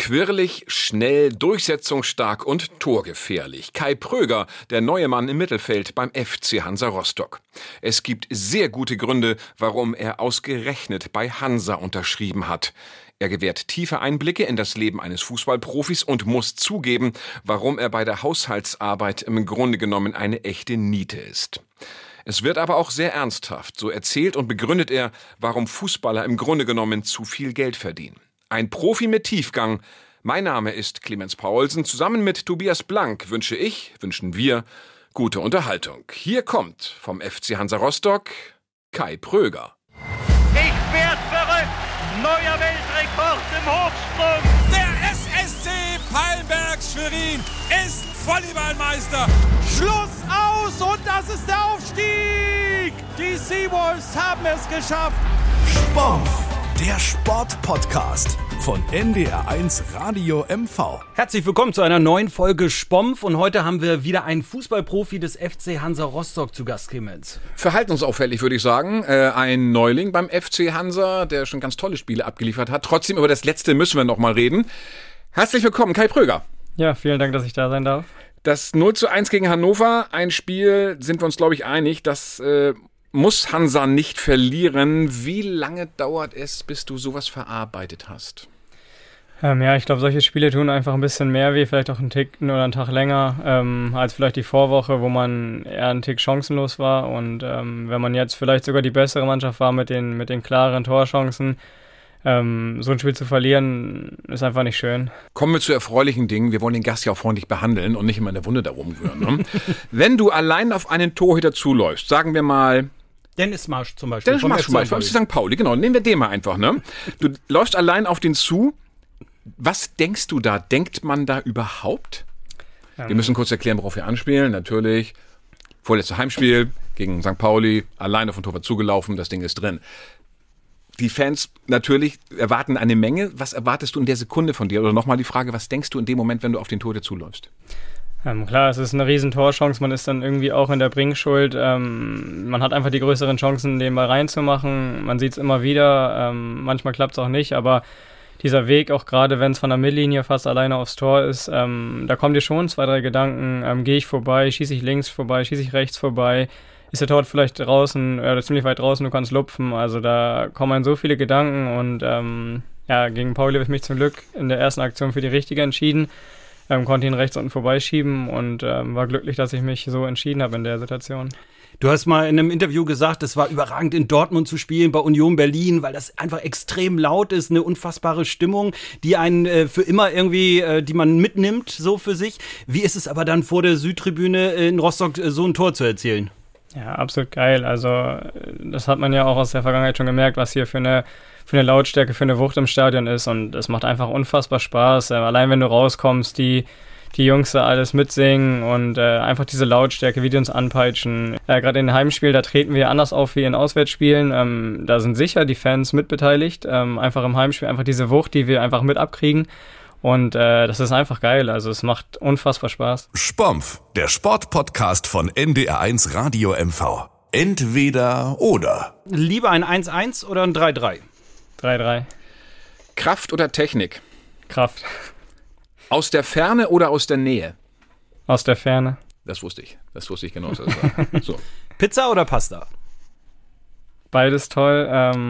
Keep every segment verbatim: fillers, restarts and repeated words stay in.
Quirlig, schnell, durchsetzungsstark und torgefährlich. Kai Pröger, der neue Mann im Mittelfeld beim F C Hansa Rostock. Es gibt sehr gute Gründe, warum er ausgerechnet bei Hansa unterschrieben hat. Er gewährt tiefe Einblicke in das Leben eines Fußballprofis und muss zugeben, warum er bei der Haushaltsarbeit im Grunde genommen eine echte Niete ist. Es wird aber auch sehr ernsthaft. So erzählt und begründet er, warum Fußballer im Grunde genommen zu viel Geld verdienen. Ein Profi mit Tiefgang. Mein Name ist Clemens Paulsen. Zusammen mit Tobias Blank wünsche ich, wünschen wir, gute Unterhaltung. Hier kommt vom F C Hansa Rostock Kai Pröger. Ich werd verrückt! Neuer Weltrekord im Hochsprung! Der S S C Palmberg Schwerin ist Volleyballmeister! Schluss aus und das ist der Aufstieg! Die Seawolves haben es geschafft! Sport, der Sport-Podcast von N D R eins Radio M V. Herzlich willkommen zu einer neuen Folge Spompf und heute haben wir wieder einen Fußballprofi des F C Hansa Rostock zu Gast, Clemens. Verhaltensauffällig, würde ich sagen. Äh, ein Neuling beim F C Hansa, der schon ganz tolle Spiele abgeliefert hat. Trotzdem, über das letzte müssen wir noch mal reden. Herzlich willkommen, Kai Pröger. Ja, vielen Dank, dass ich da sein darf. Das null zu eins gegen Hannover, ein Spiel, sind wir uns, glaube ich, einig, das äh, muss Hansa nicht verlieren. Wie lange dauert es, bis du sowas verarbeitet hast? Ähm, ja, ich glaube, solche Spiele tun einfach ein bisschen mehr weh, vielleicht auch einen Tick oder einen Tag länger, ähm, als vielleicht die Vorwoche, wo man eher einen Tick chancenlos war. Und ähm, wenn man jetzt vielleicht sogar die bessere Mannschaft war mit den, mit den klaren Torchancen, ähm, so ein Spiel zu verlieren, ist einfach nicht schön. Kommen wir zu erfreulichen Dingen. Wir wollen den Gast ja auch freundlich behandeln und nicht immer in der Wunde da rumrühren. Ne? Wenn du allein auf einen Torhüter zuläufst, sagen wir mal, Dennis Marsch zum Beispiel. Dennis Marsch zum Beispiel, vom Sankt Pauli, genau, nehmen wir den mal einfach. Ne? Du läufst allein auf den zu. Was denkst du da? Denkt man da überhaupt? Ähm. Wir müssen kurz erklären, worauf wir anspielen. Natürlich, vorletztes Heimspiel gegen Sankt Pauli, allein auf den Torwart zugelaufen, das Ding ist drin. Die Fans natürlich erwarten eine Menge. Was erwartest du in der Sekunde von dir? Oder nochmal die Frage, was denkst du in dem Moment, wenn du auf den Torhüter zuläufst? Ähm, klar, es ist eine riesen Torchance, man ist dann irgendwie auch in der Bringschuld. Ähm, man hat einfach die größeren Chancen, den Ball reinzumachen. Man sieht es immer wieder, ähm, manchmal klappt es auch nicht, aber dieser Weg, auch gerade wenn es von der Mittellinie fast alleine aufs Tor ist, ähm, da kommen dir schon zwei, drei Gedanken. Ähm, gehe ich vorbei, schieße ich links vorbei, schieße ich rechts vorbei? Ist der Torwart vielleicht draußen oder ziemlich weit draußen, du kannst lupfen? Also da kommen einem so viele Gedanken und ähm, ja, gegen Pauli habe ich mich zum Glück in der ersten Aktion für die richtige entschieden. Ähm, konnte ihn rechts unten vorbeischieben und ähm, war glücklich, dass ich mich so entschieden habe in der Situation. Du hast mal in einem Interview gesagt, es war überragend in Dortmund zu spielen, bei Union Berlin, weil das einfach extrem laut ist, eine unfassbare Stimmung, die einen äh, für immer irgendwie, äh, die man mitnimmt, so für sich. Wie ist es aber dann vor der Südtribüne in Rostock äh, so ein Tor zu erzielen? Ja, absolut geil. Also das hat man ja auch aus der Vergangenheit schon gemerkt, was hier für eine für eine Lautstärke, für eine Wucht im Stadion ist und es macht einfach unfassbar Spaß. Äh, allein wenn du rauskommst, die die Jungs da alles mitsingen und äh, einfach diese Lautstärke, wie die uns anpeitschen. Äh, Gerade in den Heimspielen, da treten wir anders auf wie in Auswärtsspielen. Ähm, da sind sicher die Fans mitbeteiligt. Ähm, einfach im Heimspiel einfach diese Wucht, die wir einfach mit abkriegen. Und äh, das ist einfach geil. Also es macht unfassbar Spaß. Spompf, der Sportpodcast von N D R eins Radio M V. Entweder oder. Lieber ein eins eins oder ein drei drei? drei drei. Kraft oder Technik? Kraft. Aus der Ferne oder aus der Nähe? Aus der Ferne. Das wusste ich. Das wusste ich genau. Das war. So. Pizza oder Pasta? Beides toll.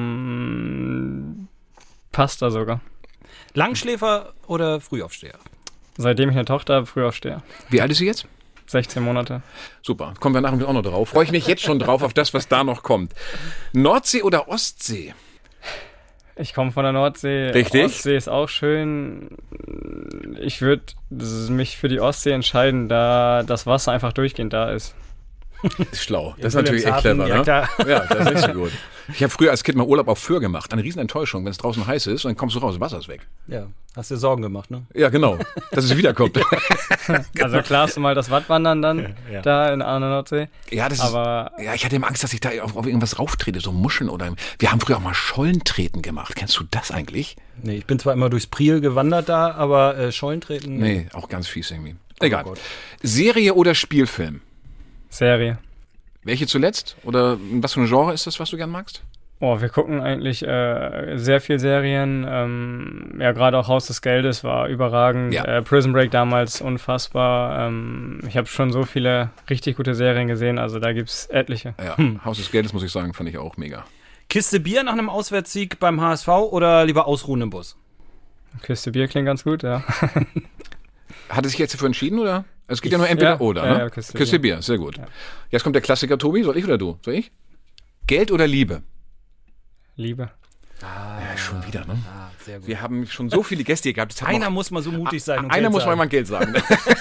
Ähm, Pasta sogar. Langschläfer oder Frühaufsteher? Seitdem ich eine Tochter habe, Frühaufsteher. Wie alt ist sie jetzt? sechzehn Monate. Super. Kommen wir nachher auch noch drauf. Freue ich mich jetzt schon drauf auf das, was da noch kommt. Nordsee oder Ostsee? Ich komme von der Nordsee. Richtig. Ostsee ist auch schön. Ich würde mich für die Ostsee entscheiden, da das Wasser einfach durchgehend da ist. Das ist schlau. Das ist natürlich echt clever, ja, ne? Klar. Ja, das ist so gut. Ich habe früher als Kind mal Urlaub auf Föhr gemacht. Eine riesen Enttäuschung, wenn es draußen heiß ist und dann kommst du raus, das Wasser ist weg. Ja, hast dir Sorgen gemacht, ne? Ja, genau. Dass es wiederkommt. Also klar hast du mal das Wattwandern dann Ja. da in Arne Nordsee. Ja, das Aber ist, ja, ich hatte immer Angst, dass ich da auf, auf irgendwas rauftrete, so Muscheln oder. Wir haben früher auch mal Schollentreten gemacht. Kennst du das eigentlich? Nee, ich bin zwar immer durchs Priel gewandert da, aber äh, Schollentreten. Nee, auch ganz fies irgendwie. Egal. Oh Gott. Serie oder Spielfilm? Serie. Welche zuletzt? Oder was für ein Genre ist das, was du gern magst? Oh, wir gucken eigentlich äh, sehr viel Serien. Ähm, ja, gerade auch Haus des Geldes war überragend. Ja. Äh, Prison Break damals unfassbar. Ähm, ich habe schon so viele richtig gute Serien gesehen, also da gibt's etliche. Ja, hm. Haus des Geldes, muss ich sagen, fand ich auch mega. Kiste Bier nach einem Auswärtssieg beim H S V oder lieber ausruhen im Bus? Kiste Bier klingt ganz gut, ja. Hat es sich jetzt dafür entschieden, oder? Es geht Ich- ja nur entweder ja, oder, ja, ne? ja, Kiste Kiste Bier. Bier, sehr gut. Ja. Jetzt kommt der Klassiker, Tobi. Soll ich oder du? Soll ich? Geld oder Liebe? Liebe. Ja, schon wieder, ne? Ah, sehr gut. Wir haben schon so viele Gäste hier gehabt. Es hat Einer noch- muss mal so mutig sein. Und Einer Geld muss mal sagen. mal Geld sagen.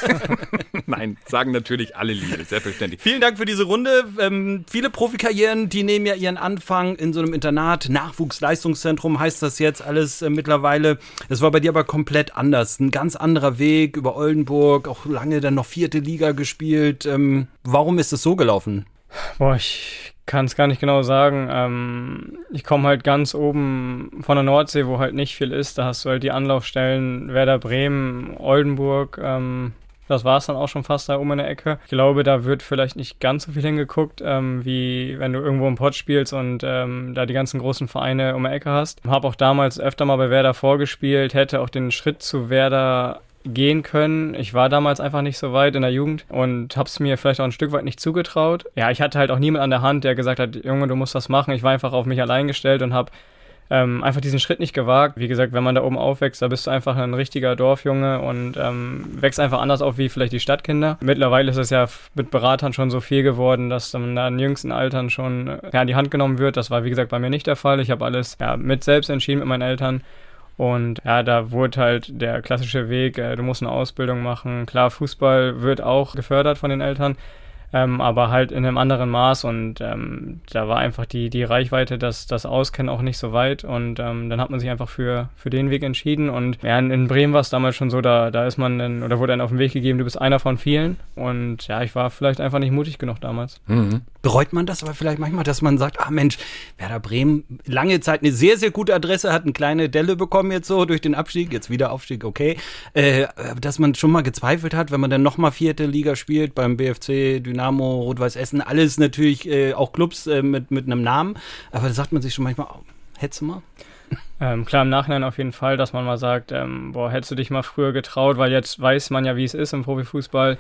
Nein, sagen natürlich alle Liebe, selbstverständlich. Vielen Dank für diese Runde. Ähm, viele Profikarrieren, die nehmen ja ihren Anfang in so einem Internat, Nachwuchsleistungszentrum heißt das jetzt alles äh, mittlerweile. Das war bei dir aber komplett anders. Ein ganz anderer Weg über Oldenburg, auch lange dann noch vierte Liga gespielt. Ähm, warum ist es so gelaufen? Boah, ich kann es gar nicht genau sagen. Ähm, ich komme halt ganz oben von der Nordsee, wo halt nicht viel ist. Da hast du halt die Anlaufstellen Werder Bremen, Oldenburg. Ähm, das war es dann auch schon fast da oben in der Ecke. Ich glaube, da wird vielleicht nicht ganz so viel hingeguckt, ähm, wie wenn du irgendwo im Pott spielst und ähm, da die ganzen großen Vereine um die Ecke hast. Habe auch damals öfter mal bei Werder vorgespielt, hätte auch den Schritt zu Werder gehen können. Ich war damals einfach nicht so weit in der Jugend und habe es mir vielleicht auch ein Stück weit nicht zugetraut. Ja, ich hatte halt auch niemand an der Hand, der gesagt hat, Junge, du musst das machen. Ich war einfach auf mich allein gestellt und habe ähm, einfach diesen Schritt nicht gewagt. Wie gesagt, wenn man da oben aufwächst, da bist du einfach ein richtiger Dorfjunge und ähm, wächst einfach anders auf wie vielleicht die Stadtkinder. Mittlerweile ist es ja mit Beratern schon so viel geworden, dass dann da in jüngsten Altern schon äh, ja, in die Hand genommen wird. Das war, wie gesagt, bei mir nicht der Fall. Ich habe alles ja, mit selbst entschieden mit meinen Eltern. Und ja, da wurde halt der klassische Weg, äh, du musst eine Ausbildung machen. Klar, Fußball wird auch gefördert von den Eltern, ähm, aber halt in einem anderen Maß. Und ähm, da war einfach die, die Reichweite, das, das Auskennen auch nicht so weit. Und ähm, dann hat man sich einfach für, für den Weg entschieden. Und ja, in, in Bremen war es damals schon so, da, da ist man dann, oder wurde dann auf den Weg gegeben, du bist einer von vielen. Und ja, ich war vielleicht einfach nicht mutig genug damals. Mhm. Bereut man das aber vielleicht manchmal, dass man sagt, ah Mensch, Werder Bremen, lange Zeit eine sehr, sehr gute Adresse, hat eine kleine Delle bekommen jetzt so durch den Abstieg, jetzt wieder Aufstieg, okay. Äh, dass man schon mal gezweifelt hat, wenn man dann nochmal vierte Liga spielt, beim B F C, Dynamo, Rot-Weiß Essen, alles natürlich äh, auch Clubs äh, mit, mit einem Namen, aber da sagt man sich schon manchmal, oh, hättest du mal? Ähm, klar, im Nachhinein auf jeden Fall, dass man mal sagt, ähm, boah, hättest du dich mal früher getraut, weil jetzt weiß man ja, wie es ist im Profifußball.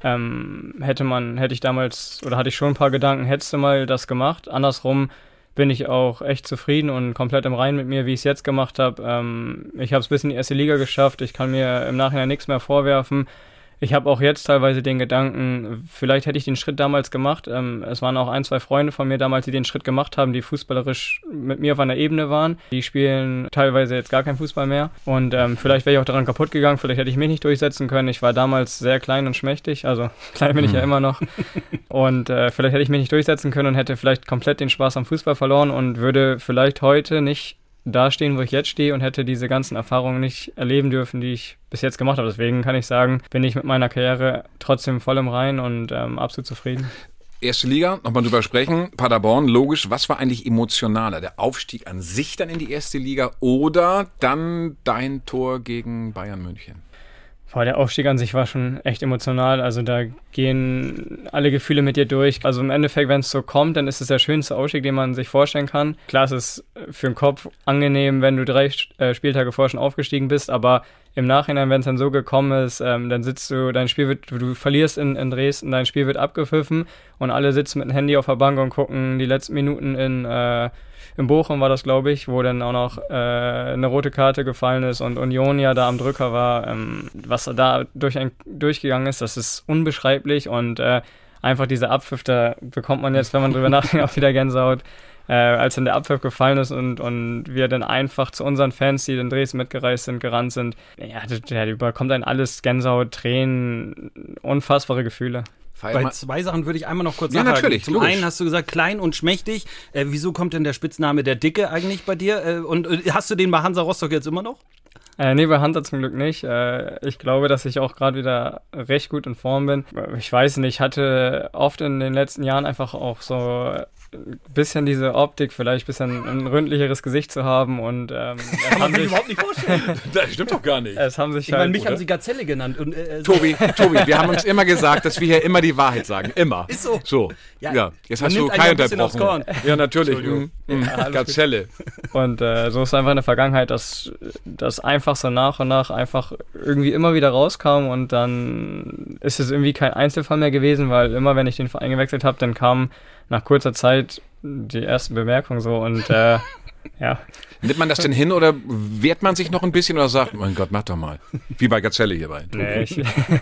Ähm, hätte man, hätte ich damals, oder hatte ich schon ein paar Gedanken, hättest du mal das gemacht. Andersrum bin ich auch echt zufrieden und komplett im Reinen mit mir, wie ich es jetzt gemacht habe. Ähm, ich habe es bis in die erste Liga geschafft, ich kann mir im Nachhinein nichts mehr vorwerfen. Ich habe auch jetzt teilweise den Gedanken, vielleicht hätte ich den Schritt damals gemacht. Ähm, es waren auch ein, zwei Freunde von mir damals, die den Schritt gemacht haben, die fußballerisch mit mir auf einer Ebene waren. Die spielen teilweise jetzt gar keinen Fußball mehr. Und ähm, vielleicht wäre ich auch daran kaputt gegangen, vielleicht hätte ich mich nicht durchsetzen können. Ich war damals sehr klein und schmächtig, also klein bin ich ja immer noch. Und äh, vielleicht hätte ich mich nicht durchsetzen können und hätte vielleicht komplett den Spaß am Fußball verloren und würde vielleicht heute nicht da stehen, wo ich jetzt stehe und hätte diese ganzen Erfahrungen nicht erleben dürfen, die ich bis jetzt gemacht habe. Deswegen kann ich sagen, bin ich mit meiner Karriere trotzdem voll im Reinen und ähm, absolut zufrieden. Erste Liga, nochmal drüber sprechen. Paderborn, logisch. Was war eigentlich emotionaler? Der Aufstieg an sich dann in die erste Liga oder dann dein Tor gegen Bayern München? Boah, der Aufstieg an sich war schon echt emotional, also da gehen alle Gefühle mit dir durch. Also im Endeffekt, wenn es so kommt, dann ist es der schönste Aufstieg, den man sich vorstellen kann. Klar, es ist für den Kopf angenehm, wenn du drei äh, Spieltage vorher schon aufgestiegen bist, aber im Nachhinein, wenn es dann so gekommen ist, ähm, dann sitzt du, dein Spiel wird, du verlierst in, in Dresden, dein Spiel wird abgepfiffen und alle sitzen mit dem Handy auf der Bank und gucken die letzten Minuten in äh, in Bochum war das, glaube ich, wo dann auch noch äh, eine rote Karte gefallen ist und Union ja da am Drücker war. Ähm, was da durch ein, durchgegangen ist, das ist unbeschreiblich und äh, einfach dieser Abpfiff, da bekommt man jetzt, wenn man drüber nachdenkt, auch wieder Gänsehaut. Äh, als dann der Abpfiff gefallen ist und, und wir dann einfach zu unseren Fans, die in Dresden mitgereist sind, gerannt sind, ja, da überkommt einen alles Gänsehaut, Tränen, unfassbare Gefühle. Bei zwei Sachen würde ich einmal noch kurz ja, nachhaken. Natürlich, Zum logisch. einen hast du gesagt, klein und schmächtig. Äh, wieso kommt denn der Spitzname der Dicke eigentlich bei dir? Äh, und äh, hast du den bei Hansa Rostock jetzt immer noch? Äh, nee, bei Hansa zum Glück nicht. Äh, ich glaube, dass ich auch gerade wieder recht gut in Form bin. Ich weiß nicht, ich hatte oft in den letzten Jahren einfach auch so ein bisschen diese Optik, vielleicht ein bisschen ein ründlicheres Gesicht zu haben und ähm, Kann man sich überhaupt nicht vorstellen. Das stimmt doch gar nicht. es haben sich Ich meine, halt, mich oder? haben sie Gazelle genannt. Und, äh, so. Tobi, Tobi, wir haben uns immer gesagt, dass wir hier immer die Wahrheit sagen. Immer. Ist so. So. Ja, Ja, jetzt man hast du nimmt einen Kai ein bisschen aufs unterbrochen. Ja, natürlich. Entschuldigung. Mhm. Ja, Gazelle. Und äh, so ist einfach in der Vergangenheit, dass das einfach so nach und nach einfach irgendwie immer wieder rauskam und dann ist es irgendwie kein Einzelfall mehr gewesen, weil immer, wenn ich den Verein gewechselt habe, dann kam nach kurzer Zeit die ersten Bemerkungen so und äh, ja. Nimmt man das denn hin oder wehrt man sich noch ein bisschen oder sagt, mein Gott, mach doch mal. Wie bei Gazelle hierbei. Nee, ich,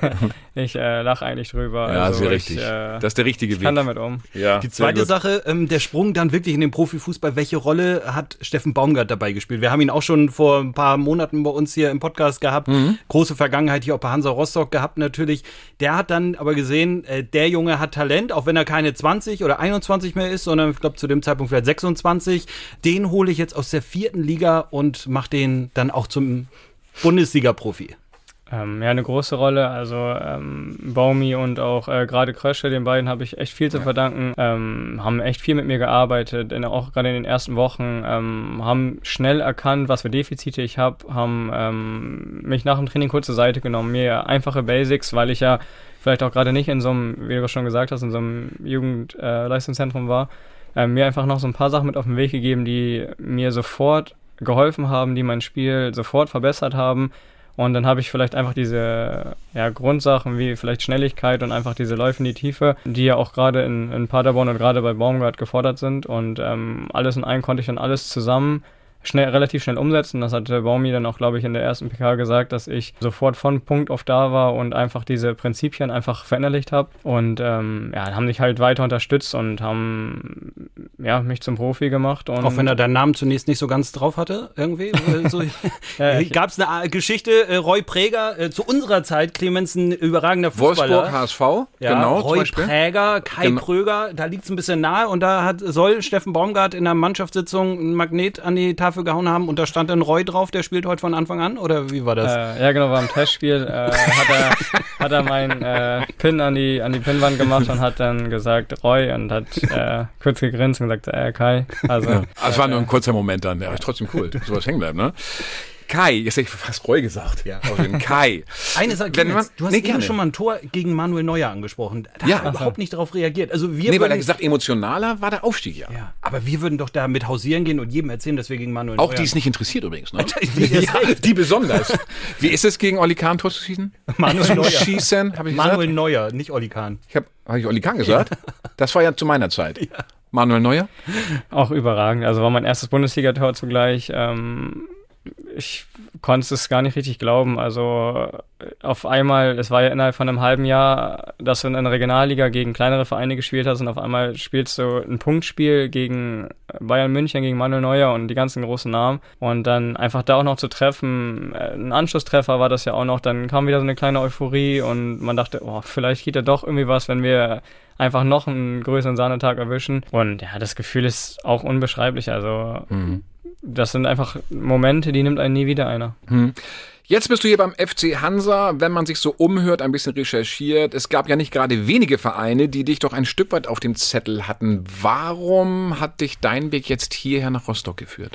ich äh, lache eigentlich drüber. Ja, also sehr ich, richtig. Äh, das ist der richtige ich Weg. kann damit um. Ja, die zweite Sache, ähm, der Sprung dann wirklich in den Profifußball. Welche Rolle hat Steffen Baumgart dabei gespielt? Wir haben ihn auch schon vor ein paar Monaten bei uns hier im Podcast gehabt. Mhm. Große Vergangenheit hier auch bei Hansa Rostock gehabt natürlich. Der hat dann aber gesehen, äh, der Junge hat Talent, auch wenn er keine zwanzig oder einundzwanzig mehr ist, sondern ich glaube zu dem Zeitpunkt vielleicht sechsundzwanzig. Den hole ich jetzt aus der vierten Liga und mach den dann auch zum Bundesliga-Profi. Ähm, ja, eine große Rolle. Also ähm, Baumi und auch äh, gerade Krösche, den beiden habe ich echt viel zu ja. verdanken. Ähm, haben echt viel mit mir gearbeitet, in, auch gerade in den ersten Wochen. Ähm, haben schnell erkannt, was für Defizite ich habe. Haben ähm, mich nach dem Training kurz zur Seite genommen. Mir einfache Basics, weil ich ja vielleicht auch gerade nicht in so einem, wie du schon gesagt hast, in so einem Jugendleistungszentrum äh, war. Ähm, mir einfach noch so ein paar Sachen mit auf den Weg gegeben, die mir sofort geholfen haben, die mein Spiel sofort verbessert haben. Und dann habe ich vielleicht einfach diese ja, Grundsachen wie vielleicht Schnelligkeit und einfach diese Läufe in die Tiefe, die ja auch gerade in, in Paderborn und gerade bei Baumgart gefordert sind. Und ähm, alles in einem konnte ich dann alles zusammen schnell, relativ schnell umsetzen. Das hatte Baumi dann auch, glaube ich, in der ersten P K gesagt, dass ich sofort von Punkt auf da war und einfach diese Prinzipien einfach verinnerlicht habe. Und ähm, ja, haben mich halt weiter unterstützt und haben ja, mich zum Profi gemacht. Und auch wenn er deinen Namen zunächst nicht so ganz drauf hatte, irgendwie. so, ja, Gab es eine Geschichte, äh, Roy Präger, äh, zu unserer Zeit, Clemens, ein überragender Fußballer. Wolfsburg, H S V, ja, genau. Roy Präger, Kai genau. Pröger, da liegt es ein bisschen nahe und da hat, soll Steffen Baumgart in einer Mannschaftssitzung ein Magnet an die Tafel gehauen haben und da stand dann Roy drauf, der spielt heute von Anfang an, oder wie war das? Äh, ja, genau, war im Testspiel, äh, hat er, hat er meinen äh, Pin an die, an die Pinnwand gemacht und hat dann gesagt, Roy, und hat äh, kurz gegrinst und gesagt, äh, Kai. Also, ja. Es war nur ein kurzer Moment dann, ja, ist trotzdem cool, sowas hängen bleiben, ne? Kai, jetzt hätte ich fast Roy gesagt. Ja. Kai. Eine Sache, Wenn man, du hast nee, eben gerne. schon mal ein Tor gegen Manuel Neuer angesprochen. Da ja. hat er überhaupt nicht darauf reagiert. Also wir nee, weil würden, er gesagt, emotionaler war der Aufstieg, ja. ja. Aber wir würden doch da mit hausieren gehen und jedem erzählen, dass wir gegen Manuel Auch Neuer... Auch die es nicht interessiert übrigens, ne? die, ja, die besonders. Wie ist es gegen Oli Kahn Tor zu schießen? Manuel Neuer. Schießen, habe ich Manuel gesagt? Neuer, nicht Oli Kahn. Ich habe hab ich Oli Kahn gesagt? Ja. Das war ja zu meiner Zeit. Ja. Manuel Neuer? Auch überragend. Also war mein erstes Bundesligator zugleich. Ähm, ich konnte es gar nicht richtig glauben. Also auf einmal, es war ja innerhalb von einem halben Jahr, dass du in einer Regionalliga gegen kleinere Vereine gespielt hast und auf einmal spielst du ein Punktspiel gegen Bayern München, gegen Manuel Neuer und die ganzen großen Namen. Und dann einfach da auch noch zu treffen, ein Anschlusstreffer war das ja auch noch, dann kam wieder so eine kleine Euphorie und man dachte, oh, vielleicht geht ja doch irgendwie was, wenn wir einfach noch einen größeren Sahnetag erwischen. Und ja, das Gefühl ist auch unbeschreiblich. Also mhm. das sind einfach Momente, die nimmt einen nie wieder einer. Mhm. Jetzt bist du hier beim F C Hansa. Wenn man sich so umhört, ein bisschen recherchiert, es gab ja nicht gerade wenige Vereine, die dich doch ein Stück weit auf dem Zettel hatten. Warum hat dich dein Weg jetzt hierher nach Rostock geführt?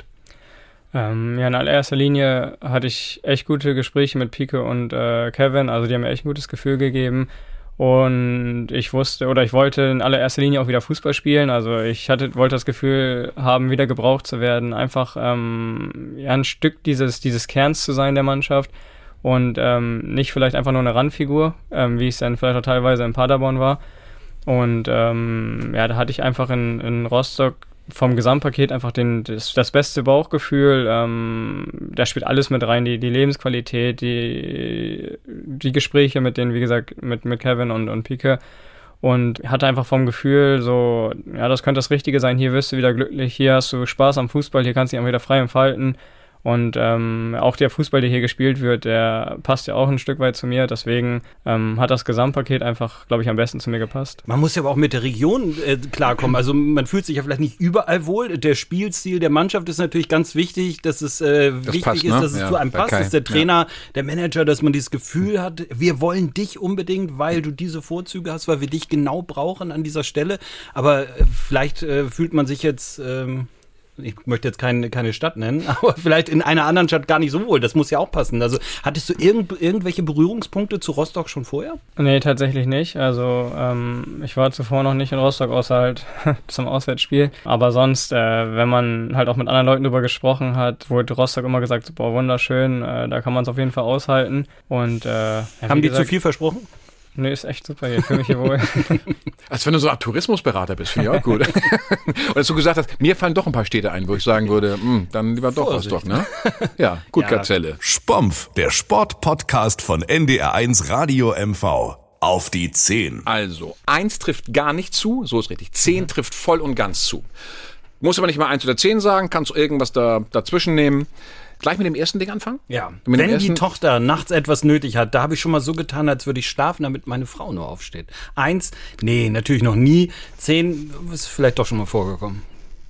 Ähm, ja, in allererster Linie hatte ich echt gute Gespräche mit Pike und äh, Kevin. Also die haben mir echt ein gutes Gefühl gegeben. Und ich wusste, oder ich wollte in allererster Linie auch wieder Fußball spielen. Also ich hatte, wollte das Gefühl haben, wieder gebraucht zu werden. Einfach ähm, ja, ein Stück dieses, dieses Kerns zu sein der Mannschaft. Und ähm, nicht vielleicht einfach nur eine Randfigur, ähm, wie es dann vielleicht auch teilweise in Paderborn war. Und ähm, ja, da hatte ich einfach in, in Rostock vom Gesamtpaket einfach den, das, das beste Bauchgefühl. Ähm, da spielt alles mit rein, die, die Lebensqualität, die, die Gespräche mit denen, wie gesagt, mit, mit Kevin und, und Pike. Und hatte einfach vom Gefühl so, ja, das könnte das Richtige sein, hier wirst du wieder glücklich, hier hast du Spaß am Fußball, hier kannst du dich auch wieder frei entfalten. Und ähm, auch der Fußball, der hier gespielt wird, der passt ja auch ein Stück weit zu mir. Deswegen ähm, hat das Gesamtpaket einfach, glaube ich, am besten zu mir gepasst. Man muss ja aber auch mit der Region äh, klarkommen. Also man fühlt sich ja vielleicht nicht überall wohl. Der Spielstil der Mannschaft ist natürlich ganz wichtig, dass es äh, das wichtig passt, ist, dass ne? es ja, zu einem passt, dass der Trainer, ja. der Manager, dass man dieses Gefühl hat, wir wollen dich unbedingt, weil du diese Vorzüge hast, weil wir dich genau brauchen an dieser Stelle. Aber äh, vielleicht äh, fühlt man sich jetzt... Ähm ich möchte jetzt keine, keine Stadt nennen, aber vielleicht in einer anderen Stadt gar nicht so wohl. Das muss ja auch passen. Also hattest du irgend, irgendwelche Berührungspunkte zu Rostock schon vorher? Nee, tatsächlich nicht. Also ähm, ich war zuvor noch nicht in Rostock, außer halt zum Auswärtsspiel. Aber sonst, äh, wenn man halt auch mit anderen Leuten drüber gesprochen hat, wurde Rostock immer gesagt, boah, wunderschön, äh, da kann man es auf jeden Fall aushalten. Und äh, ja, haben die gesagt, zu viel versprochen? Nee, ist echt super hier, ich fühle mich hier wohl. Als wenn du so ein Tourismusberater bist, finde ich auch gut. Und dass du gesagt hast, mir fallen doch ein paar Städte ein, wo ich sagen würde, mh, dann lieber doch Vorsicht. Rostock, ne? Ja, gut, Ja. Gazelle. Spompf, der Sportpodcast von N D R eins Radio M V. Auf die zehn. Also, eins trifft gar nicht zu, so ist richtig. Zehn mhm. trifft voll und ganz zu. Muss aber nicht mal eins oder zehn sagen, kannst du irgendwas da dazwischen nehmen. Gleich mit dem ersten Ding anfangen? Ja. Mit dem Wenn die ersten- Tochter nachts etwas nötig hat, da habe ich schon mal so getan, als würde ich schlafen, damit meine Frau nur aufsteht. Eins, nee, natürlich noch nie. Zehn, ist vielleicht doch schon mal vorgekommen.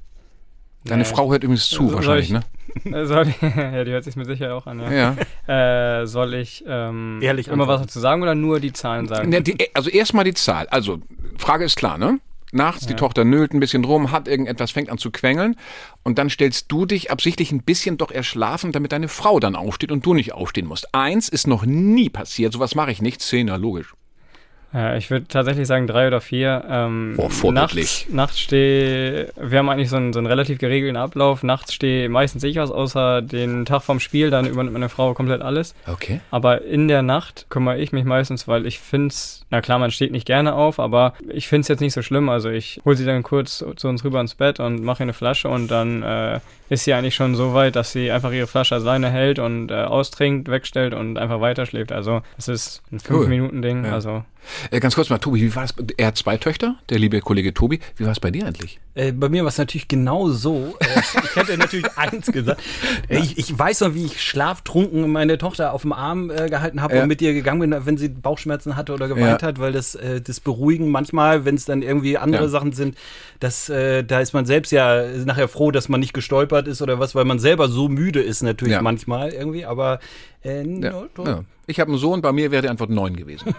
Deine Nee. Frau hört übrigens zu, Soll wahrscheinlich, ich- ne? Soll ich, ja, die hört sich mit Sicherheit auch an, ja. Ja. Äh, soll ich ähm, Ehrlich immer antworten. was dazu sagen oder nur die Zahlen sagen? Ne, die, also erstmal die Zahl. Also, Frage ist klar, ne? Nachts, die Tochter nölt ein bisschen rum, hat irgendetwas, fängt an zu quengeln und dann stellst du dich absichtlich ein bisschen doch erschlafen, damit deine Frau dann aufsteht und du nicht aufstehen musst. Eins ist noch nie passiert, sowas mache ich nicht. Zehn, ja, logisch. Ja, ich würde tatsächlich sagen drei oder vier. Ähm, Boah, vorbildlich. Nachts, nachts stehe, wir haben eigentlich so einen, so einen relativ geregelten Ablauf. Nachts stehe meistens ich aus, außer den Tag vorm Spiel, dann übernimmt meine Frau komplett alles. Okay. Aber in der Nacht kümmere ich mich meistens, weil ich finde es, na klar, man steht nicht gerne auf, aber ich finde es jetzt nicht so schlimm. Also ich hole sie dann kurz zu uns rüber ins Bett und mache ihr eine Flasche und dann äh, ist sie eigentlich schon so weit, dass sie einfach ihre Flasche alleine hält und äh, austrinkt, wegstellt und einfach weiterschläft. Also es ist ein Cool. fünf-Minuten-Ding. Ja. Also Äh, ganz kurz mal, Tobi, wie war es? Er hat zwei Töchter, der liebe Kollege Tobi. Wie war es bei dir eigentlich? Äh, bei mir war es natürlich genau so. Äh, ich hätte natürlich eins gesagt. Äh, ich, ich weiß noch, wie ich schlaftrunken meine Tochter auf dem Arm äh, gehalten habe Ja. und mit ihr gegangen bin, wenn sie Bauchschmerzen hatte oder geweint Ja. hat, weil das, äh, das beruhigen manchmal, wenn es dann irgendwie andere Ja. Sachen sind, das, äh, da ist man selbst ja nachher froh, dass man nicht gestolpert ist oder was, weil man selber so müde ist natürlich Ja. manchmal irgendwie, aber äh, Ja. no, no, Ja. Ich habe einen Sohn, bei mir wäre die Antwort neun gewesen.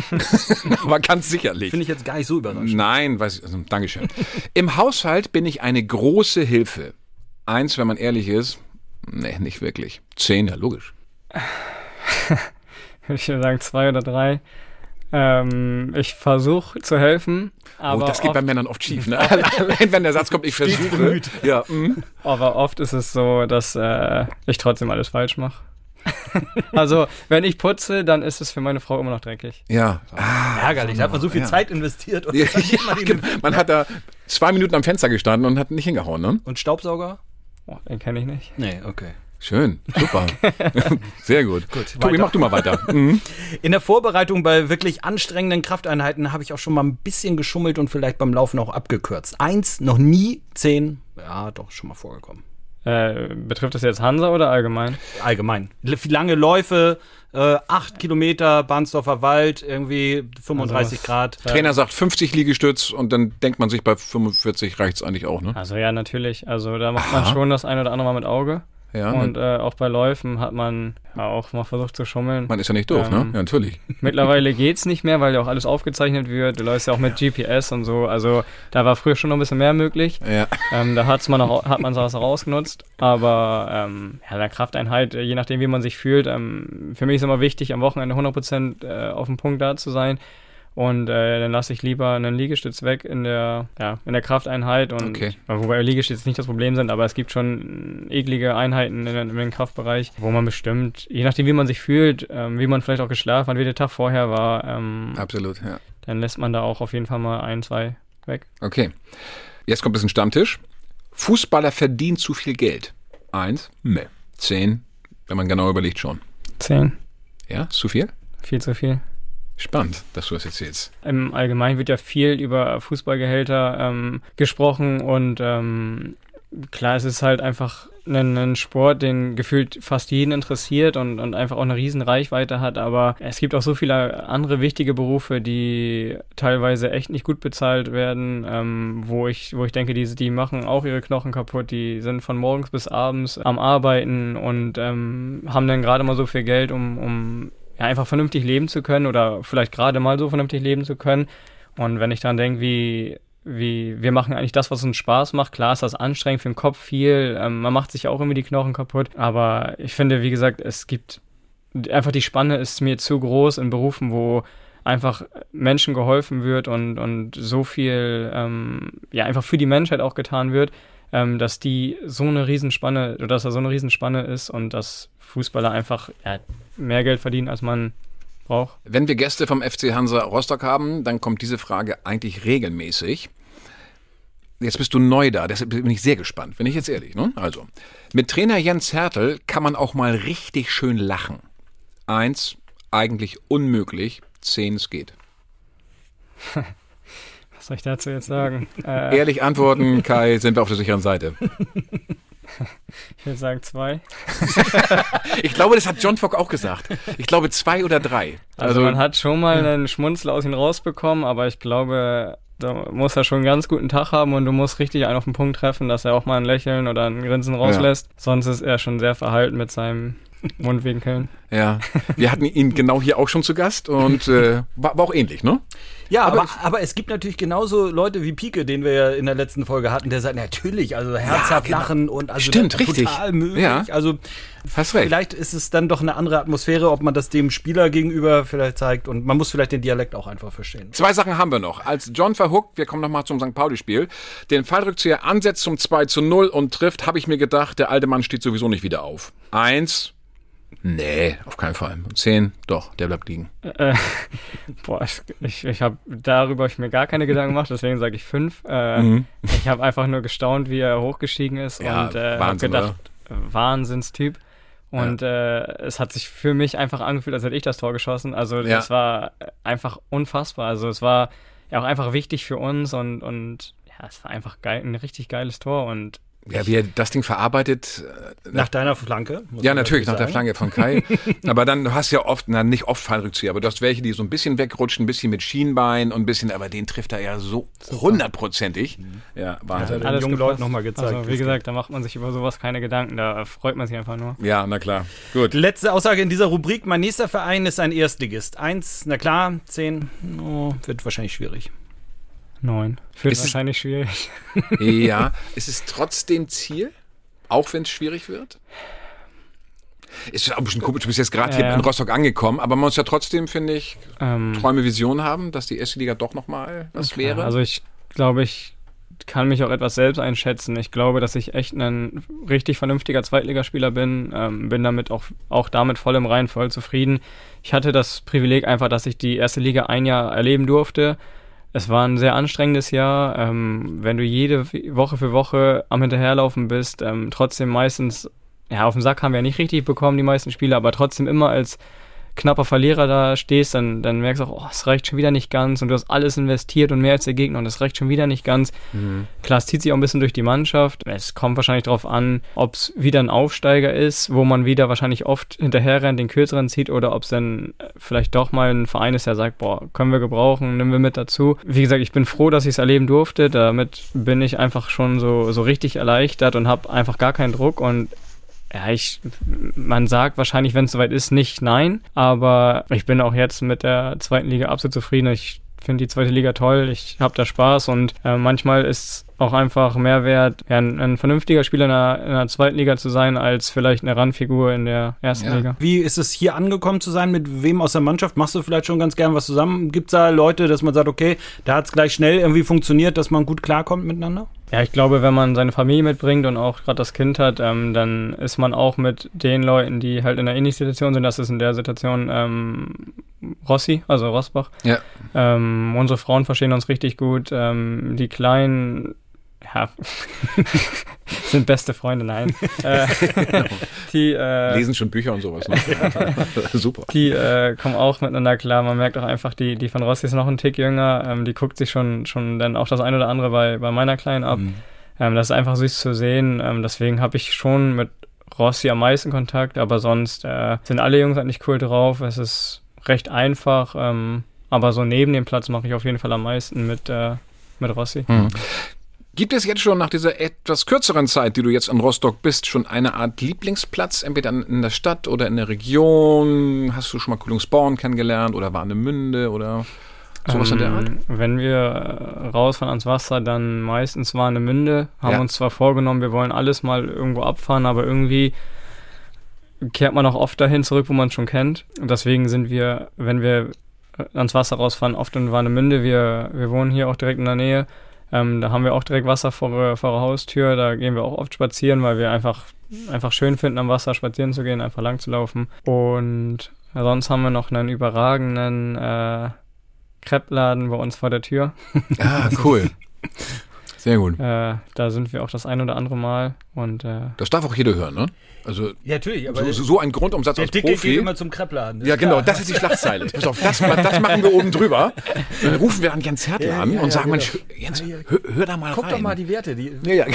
Aber ganz sicherlich. finde ich jetzt gar nicht so überraschend. Nein, weiß ich, also, Dankeschön. Im Haushalt bin ich eine große Hilfe. Eins, wenn man ehrlich ist, nee, nicht wirklich. Zehn, ja, logisch. würde ich sagen zwei oder drei. Ähm, ich versuche zu helfen, aber, oh, das geht oft, bei Männern oft schief, ne? Allein wenn der Satz kommt, ich versuche. Ja, mm. aber oft ist es so, dass äh, ich trotzdem alles falsch mache. Also, wenn ich putze, dann ist es für meine Frau immer noch dreckig. Ja. Ah, Ärgerlich, da hat man so viel ja. Zeit investiert und, Ja, dann geht man ja, in den- man hat da zwei Minuten am Fenster gestanden und hat nicht hingehauen, ne? und Staubsauger? Oh, den kenne ich nicht. Nee, okay. Schön, super. Sehr gut. Gut, Tobi, weiter. mach du mal weiter. Mhm. In der Vorbereitung bei wirklich anstrengenden Krafteinheiten habe ich auch schon mal ein bisschen geschummelt und vielleicht beim Laufen auch abgekürzt. Eins, noch nie, zehn, ja, doch, schon mal vorgekommen. Äh, betrifft das jetzt Hansa oder allgemein? Allgemein. L- Lange Läufe, äh, acht Kilometer, Bahnsdorfer Wald, irgendwie fünfunddreißig Also was- Grad. Trainer sagt fünfzig Liegestütz und dann denkt man sich, bei fünfundvierzig reicht's eigentlich auch, ne? Also ja, natürlich. Also da macht man Aha. schon das ein oder andere Mal mit Auge. Ja, Und äh, auch bei Läufen hat man ja auch mal versucht zu schummeln. man ist ja nicht doof, ähm, ne? Ja, natürlich. Mittlerweile geht's nicht mehr, weil ja auch alles aufgezeichnet wird. Du läufst ja auch mit G P S und so. Also da war früher schon noch ein bisschen mehr möglich. Ja. Ähm, da hat's man auch, hat man sowas auch ausgenutzt. Aber ähm, ja, der Krafteinheit, äh, je nachdem, wie man sich fühlt, ähm, für mich ist immer wichtig, am Wochenende hundert Prozent äh, auf dem Punkt da zu sein. Und äh, dann lasse ich lieber einen Liegestütz weg in der, ja, in der Krafteinheit. Und, Okay. wobei Liegestütze nicht das Problem sind, aber es gibt schon eklige Einheiten in, in, in den Kraftbereich, wo man bestimmt, je nachdem, wie man sich fühlt, ähm, wie man vielleicht auch geschlafen hat, wie der Tag vorher war, ähm, Absolut, ja. dann lässt man da auch auf jeden Fall mal ein, zwei weg. Okay. Jetzt kommt ein bisschen Stammtisch. Fußballer verdienen zu viel Geld. Eins, ne. Zehn, wenn man genau überlegt schon. Zehn. Ja, ist zu viel? Viel zu viel. Spannend, dass du das erzählst. Im Allgemeinen wird ja viel über Fußballgehälter ähm, gesprochen und ähm, klar, es ist halt einfach ein, ein Sport, den gefühlt fast jeden interessiert und, und einfach auch eine riesen Reichweite hat, aber es gibt auch so viele andere wichtige Berufe, die teilweise echt nicht gut bezahlt werden, ähm, wo ich wo ich denke, die, die machen auch ihre Knochen kaputt, die sind von morgens bis abends am Arbeiten und ähm, haben dann gerade mal so viel Geld, um, um ja, einfach vernünftig leben zu können oder vielleicht gerade mal so vernünftig leben zu können. Und wenn ich dann denke, wie wie wir machen eigentlich das, was uns Spaß macht. Klar ist das anstrengend für den Kopf viel, ähm, man macht sich auch irgendwie die Knochen kaputt, aber ich finde, wie gesagt, es gibt einfach die Spanne ist mir zu groß in Berufen, wo einfach Menschen geholfen wird und, und so viel ähm, ja einfach für die Menschheit auch getan wird, ähm, dass die so eine Riesenspanne, oder dass da so eine Riesenspanne ist und dass Fußballer einfach ja, mehr Geld verdienen, als man braucht. Wenn wir Gäste vom F C Hansa Rostock haben, dann kommt diese Frage eigentlich regelmäßig. Jetzt bist du neu da, deshalb bin ich sehr gespannt, bin ich jetzt ehrlich. Ne? Also, mit Trainer Jens Hertel kann man auch mal richtig schön lachen. Eins, eigentlich unmöglich. Zehn, es geht. Was soll ich dazu jetzt sagen? Äh, Ehrlich antworten, Kai, sind wir auf der sicheren Seite. Ich würde sagen zwei. Ich glaube, das hat John Fock auch gesagt. Ich glaube zwei oder drei. Also, also man hat schon mal einen Schmunzler aus ihm rausbekommen, aber ich glaube, da muss er schon einen ganz guten Tag haben und du musst richtig einen auf den Punkt treffen, dass er auch mal ein Lächeln oder ein Grinsen rauslässt. Ja. Sonst ist er schon sehr verhalten mit seinem Mundwinkeln. Ja, wir hatten ihn genau hier auch schon zu Gast und äh, war, war auch ähnlich, ne? Ja, aber, aber, aber es gibt natürlich genauso Leute wie Pieke, den wir ja in der letzten Folge hatten, der sagt, natürlich, also herzhaft ja, genau. lachen und also Stimmt, richtig. total möglich. Ja. Also hast recht. Vielleicht ist es dann doch eine andere Atmosphäre, ob man das dem Spieler gegenüber vielleicht zeigt und man muss vielleicht den Dialekt auch einfach verstehen. Zwei Sachen haben wir noch. Als John verhuckt, wir kommen nochmal zum Sankt Pauli-Spiel, den Fallrückzieher ansetzt zum zwei zu null und trifft, habe ich mir gedacht, der alte Mann steht sowieso nicht wieder auf. Eins, nee, auf keinen Fall. Zehn, doch, der bleibt liegen. Äh, boah, ich, ich habe darüber hab ich mir gar keine Gedanken gemacht, deswegen sage ich fünf. Äh, mhm. Ich habe einfach nur gestaunt, wie er hochgestiegen ist ja, und äh, habe gedacht, oder? Wahnsinnstyp. Und ja. äh, es hat sich für mich einfach angefühlt, als hätte ich das Tor geschossen. Also ja. das war einfach unfassbar. Also es war ja auch einfach wichtig für uns und, und ja, es war einfach geil, ein richtig geiles Tor und ja, wie er das Ding verarbeitet. Äh, nach deiner Flanke? Ja, natürlich, nach der Flanke von Kai. Aber dann, du hast ja oft, na nicht oft Fallrückzieher, aber du hast welche, die so ein bisschen wegrutschen, ein bisschen mit Schienbein und ein bisschen, aber den trifft er ja so hundertprozentig. Mhm. Ja, Wahnsinn. Ja, den jungen Leuten nochmal gezeigt. Also, wie gesagt, da macht man sich über sowas keine Gedanken, da freut man sich einfach nur. Ja, na klar. Gut. Letzte Aussage in dieser Rubrik, mein nächster Verein ist ein Erstligist. Eins, na klar, zehn, oh, wird wahrscheinlich schwierig. Neun. Wird ist wahrscheinlich es, schwierig. Ja, ist es trotzdem Ziel? Auch wenn es schwierig wird? Ist ein bisschen komisch, du bist jetzt gerade ja, hier in Rostock angekommen, aber man muss ja trotzdem, finde ich, ähm, Träume, Visionen haben, dass die erste Liga doch nochmal was okay. wäre. Also ich glaube, ich kann mich auch etwas selbst einschätzen. Ich glaube, dass ich echt ein richtig vernünftiger Zweitligaspieler bin, ähm, bin damit auch, auch damit voll im Reinen, voll zufrieden. Ich hatte das Privileg einfach, dass ich die erste Liga ein Jahr erleben durfte. Es war ein sehr anstrengendes Jahr, ähm, wenn du jede Woche für Woche am Hinterherlaufen bist, ähm, trotzdem meistens, ja, auf den Sack haben wir ja nicht richtig bekommen, die meisten Spiele, aber trotzdem immer als knapper Verlierer da stehst, dann, dann merkst du auch, oh, es reicht schon wieder nicht ganz und du hast alles investiert und mehr als der Gegner und es reicht schon wieder nicht ganz. Mhm. Klar, es zieht sich auch ein bisschen durch die Mannschaft. Es kommt wahrscheinlich darauf an, ob es wieder ein Aufsteiger ist, wo man wieder wahrscheinlich oft hinterher rennt, den kürzeren zieht oder ob es dann vielleicht doch mal ein Verein ist, der sagt, boah, können wir gebrauchen, nehmen wir mit dazu. Wie gesagt, ich bin froh, dass ich es erleben durfte. Damit bin ich einfach schon so, so richtig erleichtert und habe einfach gar keinen Druck und ja, ich, man sagt wahrscheinlich, wenn es soweit ist, nicht nein, aber ich bin auch jetzt mit der zweiten Liga absolut zufrieden. Ich finde die zweite Liga toll, ich habe da Spaß und äh, manchmal ist auch einfach mehr wert, ja, ein, ein vernünftiger Spieler in der, in der zweiten Liga zu sein, als vielleicht eine Randfigur in der ersten ja. Liga. Wie ist es hier angekommen zu sein? Mit wem aus der Mannschaft? Machst du vielleicht schon ganz gern was zusammen? Gibt es da Leute, dass man sagt, okay, da hat es gleich schnell irgendwie funktioniert, dass man gut klarkommt miteinander? Ja, ich glaube, wenn man seine Familie mitbringt und auch gerade das Kind hat, ähm, dann ist man auch mit den Leuten, die halt in einer ähnlichen Situation sind. Das ist in der Situation ähm, Rossi, also Rosbach. Ja. Ähm, unsere Frauen verstehen uns richtig gut. Ähm, die Kleinen, ja, sind beste Freunde, nein. äh, die äh, lesen schon Bücher und sowas. Ne? Super. Die äh, kommen auch miteinander klar. Man merkt auch einfach, die, die von Rossi ist noch ein Tick jünger. Ähm, die guckt sich schon, schon dann auch das eine oder andere bei, bei meiner Kleinen ab. Mhm. Ähm, das ist einfach süß zu sehen. Ähm, deswegen habe ich schon mit Rossi am meisten Kontakt, aber sonst äh, sind alle Jungs eigentlich cool drauf. Es ist recht einfach, ähm, aber so neben dem Platz mache ich auf jeden Fall am meisten mit, äh, mit Rossi. Mhm. Gibt es jetzt schon nach dieser etwas kürzeren Zeit, die du jetzt in Rostock bist, schon eine Art Lieblingsplatz, entweder in der Stadt oder in der Region? Hast du schon mal Kühlungsborn kennengelernt oder Warnemünde oder? Sowas ähm, in der Art? Wenn wir rausfahren ans Wasser, dann meistens Warnemünde. Haben Ja. uns zwar vorgenommen, wir wollen alles mal irgendwo abfahren, aber irgendwie kehrt man auch oft dahin zurück, wo man es schon kennt. Und deswegen sind wir, wenn wir ans Wasser rausfahren, oft in Warnemünde. Wir, wir wohnen hier auch direkt in der Nähe. Ähm, da haben wir auch direkt Wasser vor, vor der Haustür. Da gehen wir auch oft spazieren, weil wir einfach, einfach schön finden, am Wasser spazieren zu gehen, einfach lang zu laufen. Und sonst haben wir noch einen überragenden äh, Crepe-Laden bei uns vor der Tür. Ah, cool. Sehr gut. Äh, da sind wir auch das ein oder andere Mal. Und äh, Das darf auch jeder hören, ne? Also Ja, natürlich, aber so, so ein Grundumsatz der als Dicke Profi. geht immer zum Kreppladen. Ja, genau, das ist die Schlagzeile. Pass auf, das, das machen wir oben drüber. Dann rufen wir an Jens Hertel Ja, an ja, und ja, sagen, genau. Mensch, Jens, hör, hör da mal Guck rein. doch mal die Werte. Die, Ja, ja.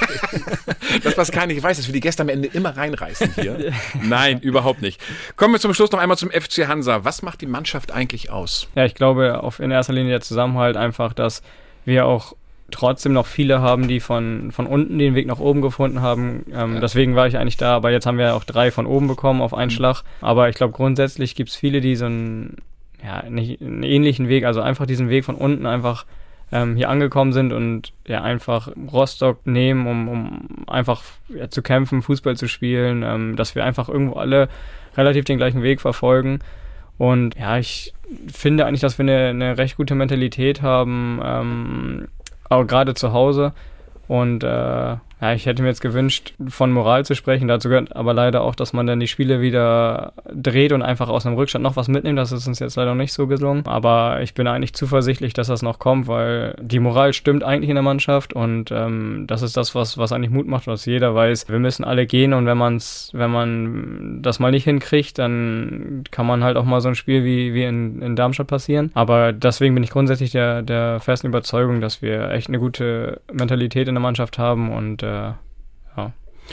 Das, was keiner nicht weiß, dass wir die Gäste am Ende immer reinreißen hier. Nein, überhaupt nicht. Kommen wir zum Schluss noch einmal zum F C Hansa. Was macht die Mannschaft eigentlich aus? ja, ich glaube auf in erster Linie der Zusammenhalt einfach, dass wir auch trotzdem noch viele haben, die von, von unten den Weg nach oben gefunden haben. Ähm, Ja. Deswegen war ich eigentlich da, aber jetzt haben wir auch drei von oben bekommen auf einen Schlag. Aber ich glaube, grundsätzlich gibt es viele, die so einen, ja, nicht, einen ähnlichen Weg, also einfach diesen Weg von unten einfach ähm, hier angekommen sind und ja einfach Rostock nehmen, um, um einfach ja, zu kämpfen, Fußball zu spielen, ähm, dass wir einfach irgendwo alle relativ den gleichen Weg verfolgen. Und ja, ich finde eigentlich, dass wir eine, eine recht gute Mentalität haben, ähm, auch gerade zu Hause. Und äh, ja, ich hätte mir jetzt gewünscht, von Moral zu sprechen. Dazu gehört aber leider auch, dass man dann die Spiele wieder dreht und einfach aus einem Rückstand noch was mitnimmt. Das ist uns jetzt leider noch nicht so gelungen. Aber ich bin eigentlich zuversichtlich, dass das noch kommt, weil die Moral stimmt eigentlich in der Mannschaft. Und ähm, das ist das, was, was eigentlich Mut macht, was jeder weiß. Wir müssen alle gehen und wenn man's, wenn man das mal nicht hinkriegt, dann kann man halt auch mal so ein Spiel wie, wie in, in Darmstadt passieren. Aber deswegen bin ich grundsätzlich der, der festen Überzeugung, dass wir echt eine gute Mentalität in der Mannschaft haben und äh, ja.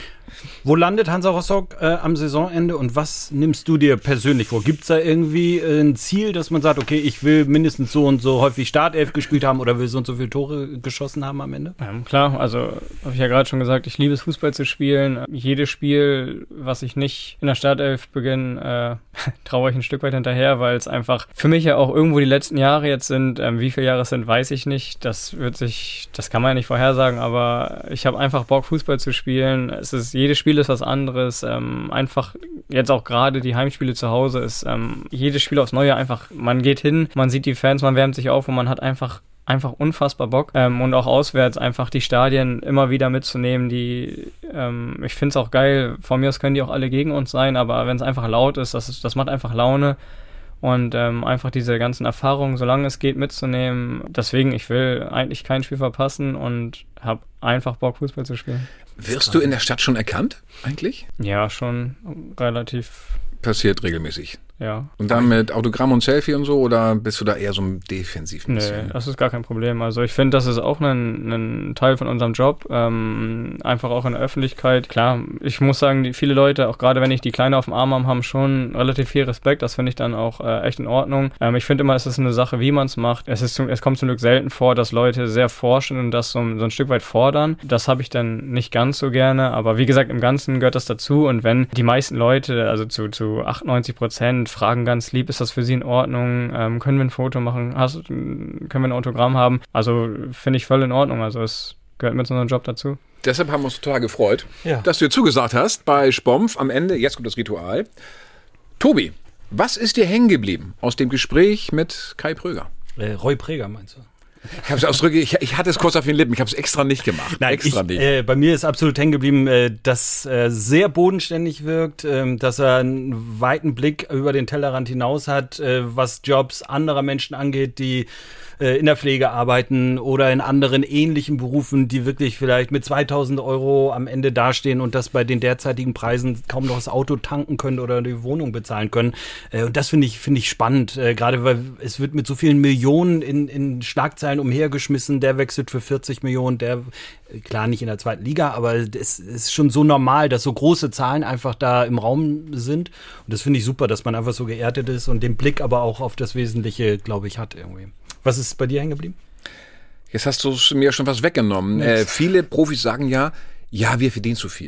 Wo landet Hansa Rostock äh, am Saisonende und was nimmst du dir persönlich vor? Gibt es da irgendwie äh, ein Ziel, dass man sagt, okay, ich will mindestens so und so häufig Startelf gespielt haben oder will so und so viele Tore geschossen haben am Ende? Ähm, klar, also habe ich ja gerade schon gesagt, ich liebe es, Fußball zu spielen. Jedes Spiel, was ich nicht in der Startelf beginne, äh, traue ich ein Stück weit hinterher, weil es einfach für mich ja auch irgendwo die letzten Jahre jetzt sind. Ähm, wie viele Jahre es sind, weiß ich nicht. Das wird sich, das kann man ja nicht vorhersagen, aber ich habe einfach Bock, Fußball zu spielen. Es ist, jedes Spiel ist was anderes. Ähm, einfach jetzt auch gerade die Heimspiele zu Hause ist ähm, jedes Spiel aufs Neue einfach, man geht hin, man sieht die Fans, man wärmt sich auf und man hat einfach einfach unfassbar Bock ähm, und auch auswärts einfach die Stadien immer wieder mitzunehmen, die ähm, ich finde es auch geil, von mir aus können die auch alle gegen uns sein, aber wenn es einfach laut ist, das, ist, das macht einfach Laune und ähm, einfach diese ganzen Erfahrungen, solange es geht, mitzunehmen. Deswegen, ich will eigentlich kein Spiel verpassen und habe einfach Bock, Fußball zu spielen. Wirst du in der Stadt schon erkannt, eigentlich? Ja, schon relativ, Passiert regelmäßig. ja. Und dann mit Autogramm und Selfie und so, oder bist du da eher so ein defensiv ein Nee, bisschen? das ist gar kein Problem. Also ich finde, das ist auch ein, ein Teil von unserem Job, ähm, einfach auch in der Öffentlichkeit. Klar, ich muss sagen, die, viele Leute, auch gerade wenn ich die Kleine auf dem Arm habe, haben schon relativ viel Respekt. Das finde ich dann auch äh, echt in Ordnung. Ähm, ich finde immer, es ist eine Sache, wie man es macht. Es ist, zum, es kommt zum Glück selten vor, dass Leute sehr forschen und das so, so ein Stück weit fordern. Das habe ich dann nicht ganz so gerne. Aber wie gesagt, im Ganzen gehört das dazu. Und wenn die meisten Leute, also zu, zu achtundneunzig Prozent, fragen ganz lieb, ist das für Sie in Ordnung? Ähm, können wir ein Foto machen? Hast, können wir ein Autogramm haben? Also finde ich voll in Ordnung. Also es gehört mit zu unserem Job dazu. Deshalb haben wir uns total gefreut, Ja. dass du dir zugesagt hast bei Spompf am Ende. Jetzt kommt das Ritual. Tobi, was ist dir hängen geblieben aus dem Gespräch mit Kai Pröger? Äh, Roy Preger meinst du? Ich habe es ausdrücke, ich, ich hatte es kurz auf den Lippen, ich habe es extra nicht gemacht. Nein, extra ich, nicht. äh, bei mir ist absolut hängen geblieben, äh, dass er sehr bodenständig wirkt, äh, dass er einen weiten Blick über den Tellerrand hinaus hat, äh, was Jobs anderer Menschen angeht, die äh, in der Pflege arbeiten oder in anderen ähnlichen Berufen, die wirklich vielleicht mit zweitausend Euro am Ende dastehen und das bei den derzeitigen Preisen kaum noch das Auto tanken können oder die Wohnung bezahlen können. Äh, und das finde ich, finde ich spannend, äh, gerade weil es wird mit so vielen Millionen in, in Schlagzeilen umhergeschmissen, der wechselt für vierzig Millionen, der, klar nicht in der zweiten Liga, aber es ist schon so normal, dass so große Zahlen einfach da im Raum sind und das finde ich super, dass man einfach so geerdet ist und den Blick aber auch auf das Wesentliche, glaube ich, hat irgendwie. Was ist bei dir hängen geblieben? Jetzt hast du mir schon was weggenommen. Äh, viele Profis sagen ja, ja, wir verdienen zu viel.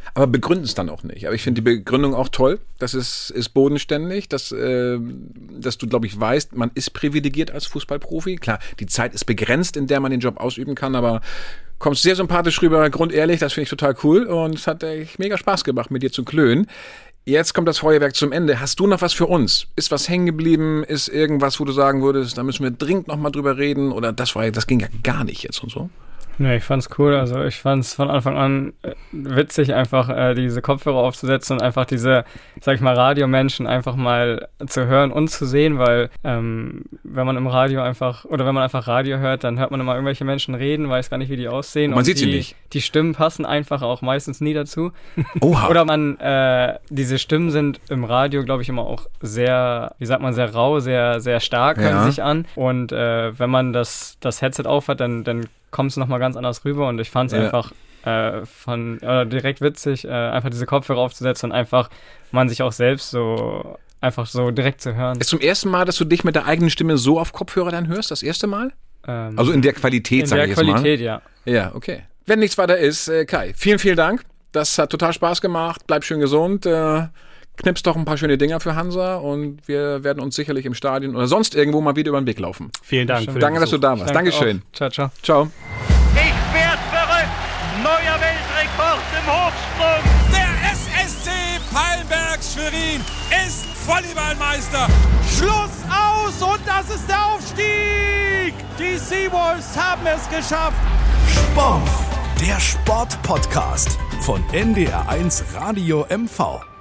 Aber begründen es dann auch nicht. Aber ich finde die Begründung auch toll. Das ist, ist bodenständig, dass, äh, dass du, glaube ich, weißt, man ist privilegiert als Fußballprofi. Klar, die Zeit ist begrenzt, in der man den Job ausüben kann, aber kommst sehr sympathisch rüber, grundehrlich, das finde ich total cool und es hat echt mega Spaß gemacht, mit dir zu klönen. Jetzt kommt das Feuerwerk zum Ende. Hast du noch was für uns? Ist was hängen geblieben? Ist irgendwas, wo du sagen würdest, da müssen wir dringend noch mal drüber reden? Oder das war, das ging ja gar nicht jetzt und so? Nee, ich fand's cool. Also ich fand's von Anfang an äh, witzig, einfach äh, diese Kopfhörer aufzusetzen und einfach diese, sag ich mal, Radiomenschen einfach mal zu hören und zu sehen, weil ähm, wenn man im Radio einfach, oder wenn man einfach Radio hört, dann hört man immer irgendwelche Menschen reden, weiß gar nicht, wie die aussehen. Und man und sieht die, sie nicht. Die Stimmen passen einfach auch meistens nie dazu. Oha. Oder man, äh, diese Stimmen sind im Radio, glaube ich, immer auch sehr, wie sagt man, sehr rau, sehr, sehr stark, hören Ja. sich an. Und äh, wenn man das, das Headset aufhat, dann, dann kommt es nochmal ganz anders rüber und ich fand es Ja. einfach äh, von äh, direkt witzig, äh, einfach diese Kopfhörer aufzusetzen und einfach man sich auch selbst so einfach so direkt zu hören. Ist zum ersten Mal, dass du dich mit der eigenen Stimme so auf Kopfhörer dann hörst? Das erste Mal? Ähm, Also in der Qualität, in sag der ich jetzt mal. Qualität, ja. Ja, okay. Wenn nichts weiter ist, äh, Kai, vielen, vielen Dank. Das hat total Spaß gemacht. Bleib schön gesund. Äh, knips doch ein paar schöne Dinger für Hansa und wir werden uns sicherlich im Stadion oder sonst irgendwo mal wieder über den Weg laufen. Vielen Dank. Für den Danke, dass du Besuch. da warst. Dankeschön. Auch. Ciao, ciao. Ciao. Ich werd verrückt. Neuer Weltrekord im Hochsprung. Der S S C Palmberg Schwerin ist Volleyballmeister. Schluss aus und das ist der Aufstieg. Die Seawolves haben es geschafft. Sport, der Sport-Podcast von N D R eins Radio M V.